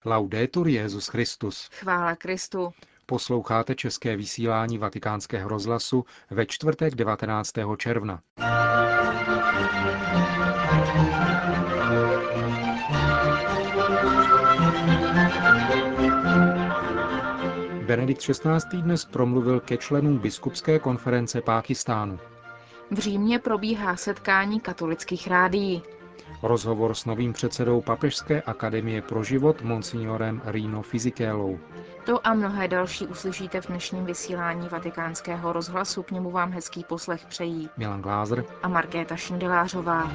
Laudetur Jesus Christus. Chvála Kristu. Posloucháte české vysílání Vatikánského rozhlasu ve čtvrtek 19. června. Benedikt XVI. Dnes promluvil ke členům biskupské konference Pákistánu. V Římě probíhá setkání katolických rádií. Rozhovor s novým předsedou Papežské akademie pro život monsignorem Rino Fisichellou. To a mnohé další uslyšíte v dnešním vysílání Vatikánského rozhlasu. K němu vám hezký poslech přejí Milan Glázer a Markéta Šindelářová.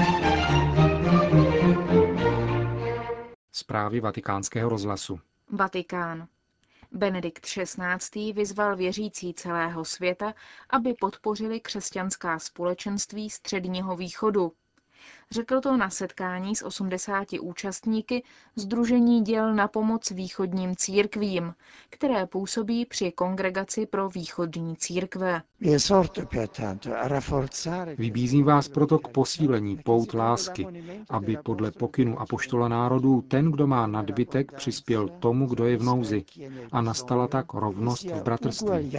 Zprávy Vatikánského rozhlasu. Vatikán. Benedikt XVI. Vyzval věřící celého světa, aby podpořili křesťanská společenství Středního východu. Řekl to na setkání s 80 účastníky Sdružení děl na pomoc východním církvím, které působí při Kongregaci pro východní církve. Vybízím vás proto k posílení pout lásky, aby podle pokynu apoštola národů ten, kdo má nadbytek, přispěl tomu, kdo je v nouzi, a nastala tak rovnost v bratrství.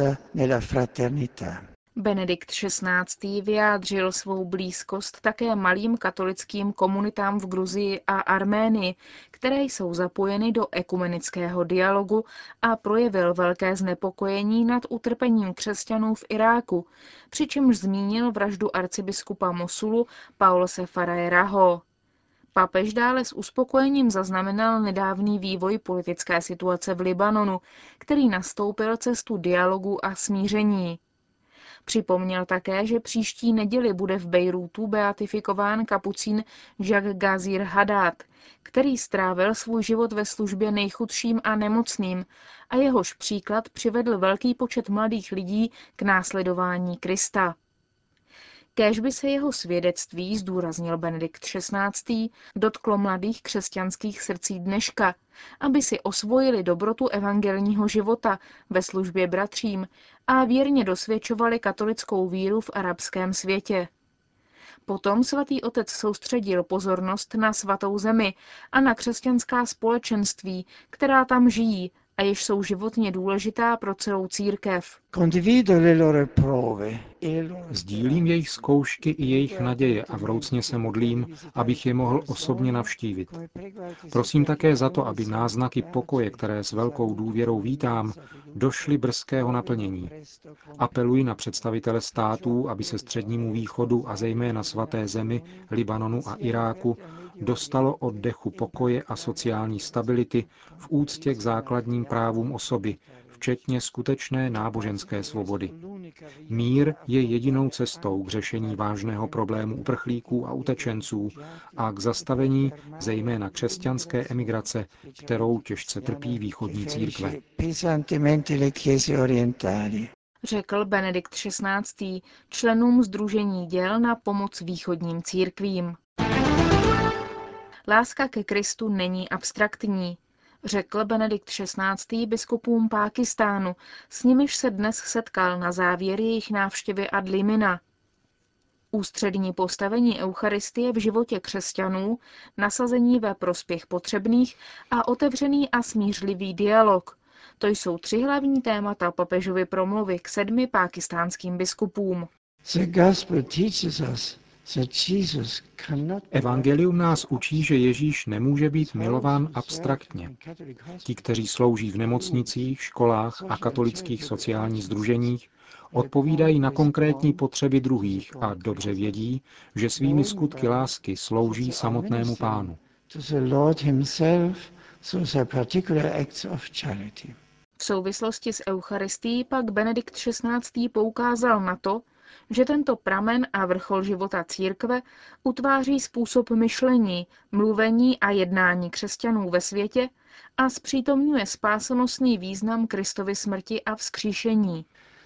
Benedikt XVI. Vyjádřil svou blízkost také malým katolickým komunitám v Gruzii a Arménii, které jsou zapojeny do ekumenického dialogu, a projevil velké znepokojení nad utrpením křesťanů v Iráku, přičemž zmínil vraždu arcibiskupa Mosulu Paulse Farajraho. Papež dále s uspokojením zaznamenal nedávný vývoj politické situace v Libanonu, který nastoupil cestu dialogu a smíření. Připomněl také, že příští neděli bude v Bejrútu beatifikován kapucín Jacques Gazir Haddad, který strávil svůj život ve službě nejchudším a nemocným a jehož příklad přivedl velký počet mladých lidí k následování Krista. Kéž by se jeho svědectví, zdůraznil Benedikt XVI., dotklo mladých křesťanských srdcí dneška, aby si osvojili dobrotu evangelního života ve službě bratřím a věrně dosvědčovali katolickou víru v arabském světě. Potom svatý otec soustředil pozornost na svatou zemi a na křesťanská společenství, která tam žijí a jež jsou životně důležitá pro celou církev. Sdílím jejich zkoušky i jejich naděje a vroucně se modlím, abych je mohl osobně navštívit. Prosím také za to, aby náznaky pokoje, které s velkou důvěrou vítám, došly brzkého naplnění. Apeluji na představitele států, aby se Střednímu východu a zejména svaté zemi, Libanonu a Iráku dostalo oddechu pokoje a sociální stability v úctě k základním právům osoby, včetně skutečné náboženské svobody. Mír je jedinou cestou k řešení vážného problému uprchlíků a utečenců a k zastavení zejména křesťanské emigrace, kterou těžce trpí východní církve. Řekl Benedikt XVI. Členům Sdružení děl na pomoc východním církvím. Láska ke Kristu není abstraktní, řekl Benedikt XVI. Biskupům Pákistánu, s nimiž se dnes setkal na závěr jejich návštěvy Adlimina. Ústřední postavení eucharistie v životě křesťanů, nasazení ve prospěch potřebných a otevřený a smířlivý dialog. To jsou 3 hlavní témata papežovy promluvy k 7 pákistánským biskupům. Evangelium nás učí, že Ježíš nemůže být milován abstraktně. Ti, kteří slouží v nemocnicích, školách a katolických sociálních sdruženích, odpovídají na konkrétní potřeby druhých a dobře vědí, že svými skutky lásky slouží samotnému Pánu. V souvislosti s Eucharistií pak Benedikt XVI. Poukázal na to, že tento pramen a vrchol života církve utváří způsob myšlení, mluvení a jednání křesťanů ve světě a zpřítomňuje spásonosný význam Kristovy smrti a vzkříšení.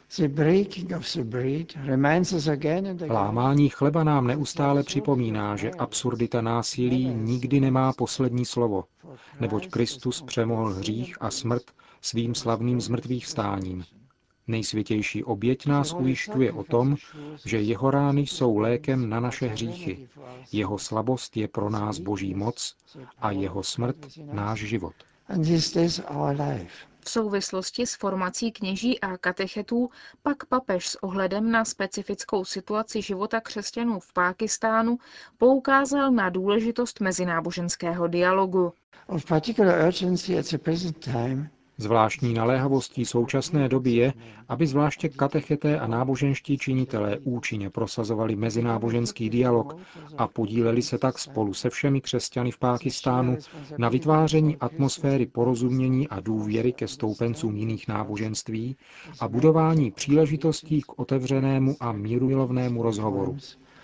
Lámání chleba nám neustále připomíná, že absurdita násilí nikdy nemá poslední slovo, neboť Kristus přemohl hřích a smrt svým slavným zmrtvýchvstáním. Nejsvětější oběť nás ujišťuje o tom, že jeho rány jsou lékem na naše hříchy, jeho slabost je pro nás boží moc a jeho smrt náš život. V souvislosti s formací kněží a katechetů pak papež s ohledem na specifickou situaci života křesťanů v Pákistánu poukázal na důležitost mezináboženského dialogu. Zvláštní naléhavostí současné doby je, aby zvláště katecheté a náboženští činitelé účinně prosazovali mezináboženský dialog a podíleli se tak spolu se všemi křesťany v Pákistánu na vytváření atmosféry porozumění a důvěry ke stoupencům jiných náboženství a budování příležitostí k otevřenému a mírumilovnému rozhovoru.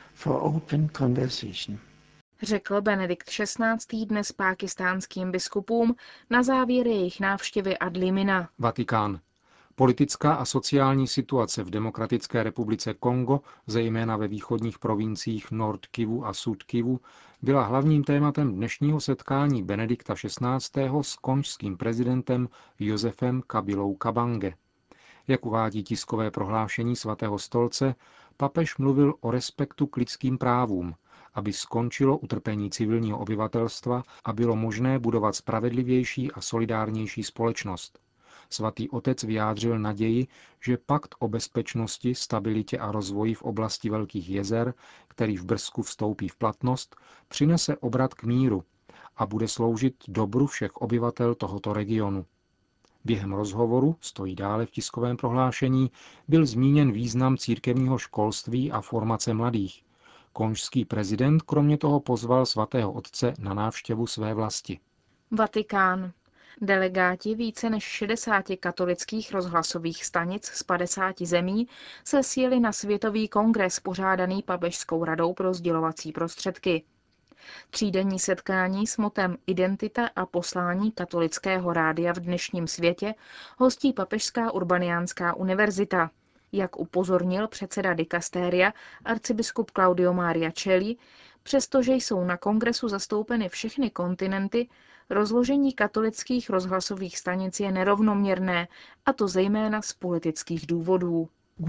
Řekl Benedikt XVI. Dnes pákistánským biskupům na závěr jejich návštěvy Adlimina. Vatikán. Politická a sociální situace v Demokratické republice Kongo, zejména ve východních provinciích Nord Kivu a Sud Kivu, byla hlavním tématem dnešního setkání Benedikta XVI. S konžským prezidentem Josefem Kabilou Kabange. Jak uvádí tiskové prohlášení svatého stolce, papež mluvil o respektu k lidským právům, aby skončilo utrpení civilního obyvatelstva a bylo možné budovat spravedlivější a solidárnější společnost. Svatý otec vyjádřil naději, že pakt o bezpečnosti, stabilitě a rozvoji v oblasti Velkých jezer, který v brzku vstoupí v platnost, přinese obrat k míru a bude sloužit dobru všech obyvatel tohoto regionu. Během rozhovoru, stojí dále v tiskovém prohlášení, byl zmíněn význam církevního školství a formace mladých. Konžský prezident kromě toho pozval svatého otce na návštěvu své vlasti. Vatikán. Delegáti více než 60 katolických rozhlasových stanic z 50 zemí se sjeli na světový kongres pořádaný Papežskou radou pro sdělovací prostředky. Třídenní setkání s motem Identita a poslání katolického rádia v dnešním světě hostí Papežská urbaniánská univerzita. Jak upozornil předseda dikastéria arcibiskup Claudio Maria Celli, přestože jsou na kongresu zastoupeny všechny kontinenty, rozložení katolických rozhlasových stanic je nerovnoměrné, a to zejména z politických důvodů.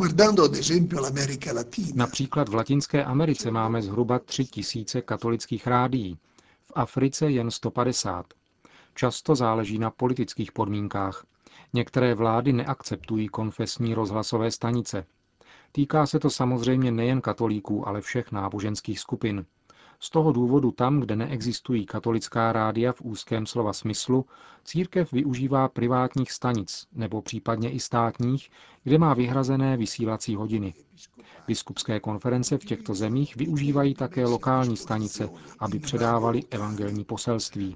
Například v Latinské Americe máme zhruba 3000 katolických rádií, v Africe jen 150. Často záleží na politických podmínkách. Některé vlády neakceptují konfesní rozhlasové stanice. Týká se to samozřejmě nejen katolíků, ale všech náboženských skupin. Z toho důvodu tam, kde neexistují katolická rádia v úzkém slova smyslu, církev využívá privátních stanic nebo případně i státních, kde má vyhrazené vysílací hodiny. Biskupské konference v těchto zemích využívají také lokální stanice, aby předávali evangelní poselství.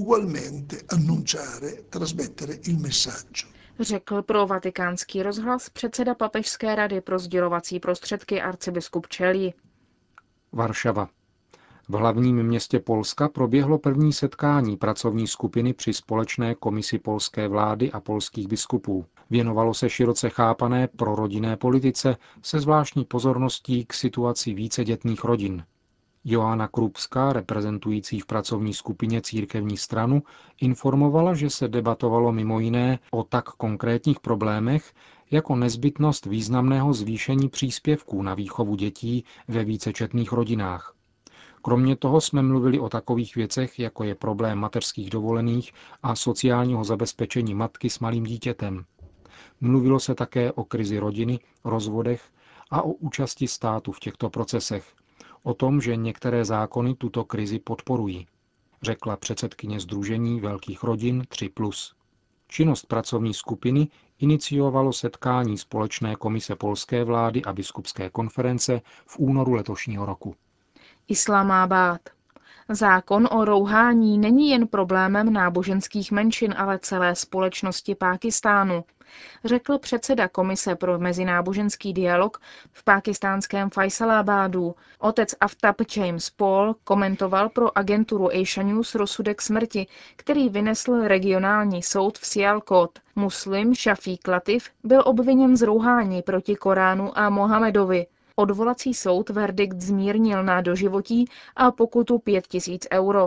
Řekl pro Vatikánský rozhlas předseda Papežské rady pro sdělovací prostředky arcibiskup Celli. Varšava. V hlavním městě Polska proběhlo první setkání pracovní skupiny při společné komisi polské vlády a polských biskupů. Věnovalo se široce chápané prorodinné politice se zvláštní pozorností k situaci vícedětných rodin. Joanna Krupská, reprezentující v pracovní skupině církevní stranu, informovala, že se debatovalo mimo jiné o tak konkrétních problémech, jako nezbytnost významného zvýšení příspěvků na výchovu dětí ve vícečetných rodinách. Kromě toho jsme mluvili o takových věcech, jako je problém mateřských dovolených a sociálního zabezpečení matky s malým dítětem. Mluvilo se také o krizi rodiny, rozvodech a o účasti státu v těchto procesech. O tom, že některé zákony tuto krizi podporují, řekla předsedkyně Sdružení velkých rodin 3+. Činnost pracovní skupiny iniciovalo setkání společné komise polské vlády a biskupské konference v únoru letošního roku. Islámábád. Zákon o rouhání není jen problémem náboženských menšin, ale celé společnosti Pákistánu, řekl předseda Komise pro mezináboženský dialog v pákistánském Faisalabádu. Otec Aftab James Paul komentoval pro agenturu Asia News rozsudek smrti, který vynesl regionální soud v Sialkot. Muslim Shafiq Latif byl obviněn z rouhání proti Koránu a Mohamedovi. Odvolací soud verdikt zmírnil na doživotí a pokutu 5 000 euro.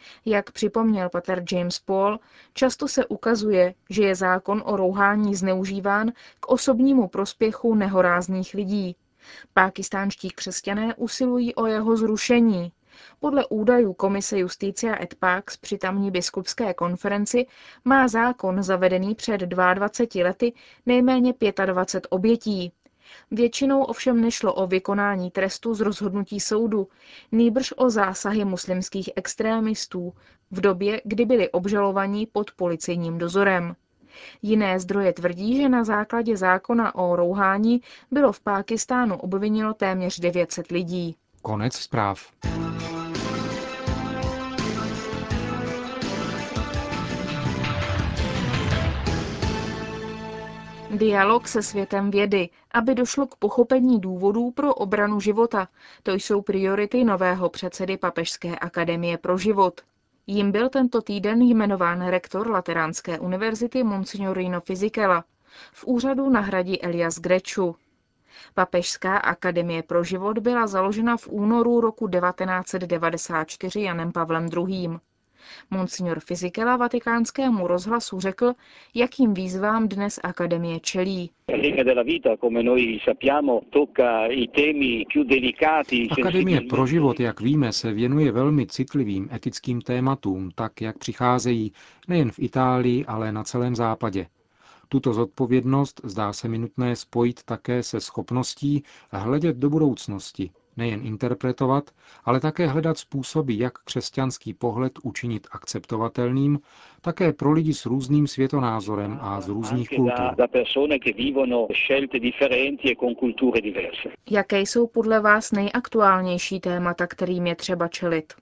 Jak připomněl pater James Paul, často se ukazuje, že je zákon o rouhání zneužíván k osobnímu prospěchu nehorázných lidí. Pákistánští křesťané usilují o jeho zrušení. Podle údajů Komise Justicia et Pax při tamní biskupské konferenci má zákon zavedený před 22 lety nejméně 25 obětí. Většinou ovšem nešlo o vykonání trestu z rozhodnutí soudu, nýbrž o zásahy muslimských extrémistů v době, kdy byli obžalovaní pod policejním dozorem. Jiné zdroje tvrdí, že na základě zákona o rouhání bylo v Pákistánu obviněno téměř 900 lidí. Konec zpráv. Dialog se světem vědy, aby došlo k pochopení důvodů pro obranu života. To jsou priority nového předsedy Papežské akademie pro život. Jím byl tento týden jmenován rektor Lateránské univerzity Monsignor Rino Fisichella. V úřadu nahradí Elias Grecciu. Papežská akademie pro život byla založena v únoru roku 1994 Janem Pavlem II. Monsignor Fisichella Vatikánskému rozhlasu řekl, jakým výzvám dnes akademie čelí. Akademie pro život, jak víme, se věnuje velmi citlivým etickým tématům, tak jak přicházejí nejen v Itálii, ale na celém západě. Tuto zodpovědnost zdá se mi nutné spojit také se schopností hledět do budoucnosti, nejen interpretovat, ale také hledat způsoby, jak křesťanský pohled učinit akceptovatelným, také pro lidi s různým světonázorem a z různých kultur. Jaké jsou podle vás nejaktuálnější témata, kterým je třeba čelit?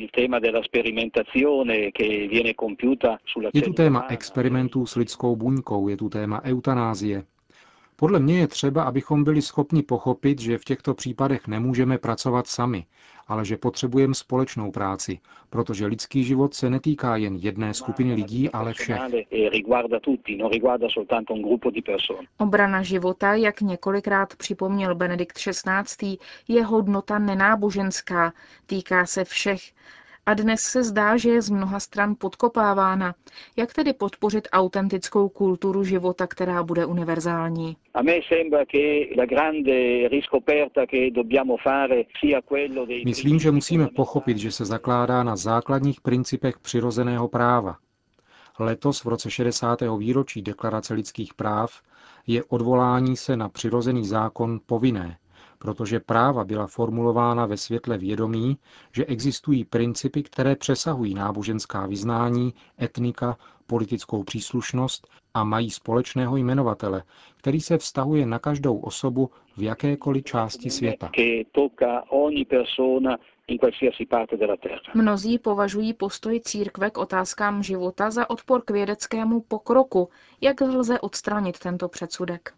Je tu téma experimentů s lidskou buňkou, je tu téma eutanázie. Podle mě je třeba, abychom byli schopni pochopit, že v těchto případech nemůžeme pracovat sami, ale že potřebujeme společnou práci, protože lidský život se netýká jen jedné skupiny lidí, ale všech. Obrana života, jak několikrát připomněl Benedikt XVI., je hodnota nenáboženská, týká se všech. A dnes se zdá, že je z mnoha stran podkopávána. Jak tedy podpořit autentickou kulturu života, která bude univerzální? Myslím, že musíme pochopit, že se zakládá na základních principech přirozeného práva. Letos v roce 60. výročí Deklarace lidských práv je odvolání se na přirozený zákon povinné, protože práva byla formulována ve světle vědomí, že existují principy, které přesahují náboženská vyznání, etnika, politickou příslušnost a mají společného jmenovatele, který se vztahuje na každou osobu v jakékoliv části světa. Mnozí považují postoj církve k otázkám života za odpor k vědeckému pokroku. Jak lze odstranit tento předsudek?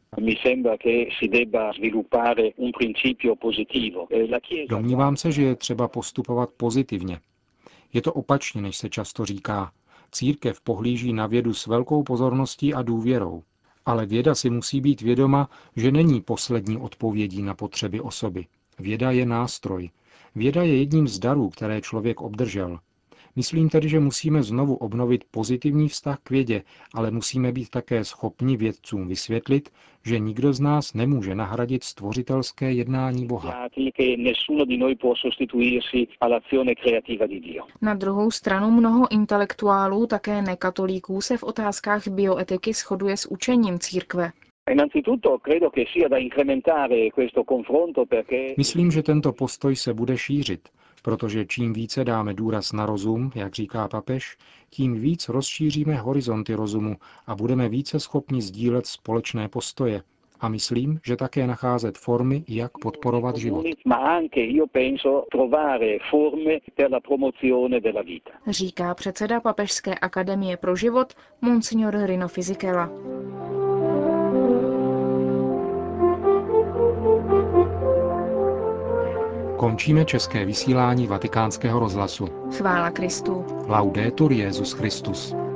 Domnívám se, že je třeba postupovat pozitivně. Je to opačně, než se často říká. Církev pohlíží na vědu s velkou pozorností a důvěrou. Ale věda si musí být vědoma, že není poslední odpovědí na potřeby osoby. Věda je nástroj. Věda je jedním z darů, které člověk obdržel. Myslím tedy, že musíme znovu obnovit pozitivní vztah k vědě, ale musíme být také schopni vědcům vysvětlit, že nikdo z nás nemůže nahradit stvořitelské jednání Boha. Na druhou stranu mnoho intelektuálů, také nekatolíků, se v otázkách bioetiky shoduje s učením církve. Myslím, že tento postoj se bude šířit, protože čím více dáme důraz na rozum, jak říká papež, tím víc rozšíříme horizonty rozumu a budeme více schopni sdílet společné postoje. A myslím, že také nacházet formy, jak podporovat život. Říká předseda Papežské akademie pro život Monsignor Rino Fisichella. Končíme české vysílání Vatikánského rozhlasu. Chvála Kristu. Laudetur Jesus Christus.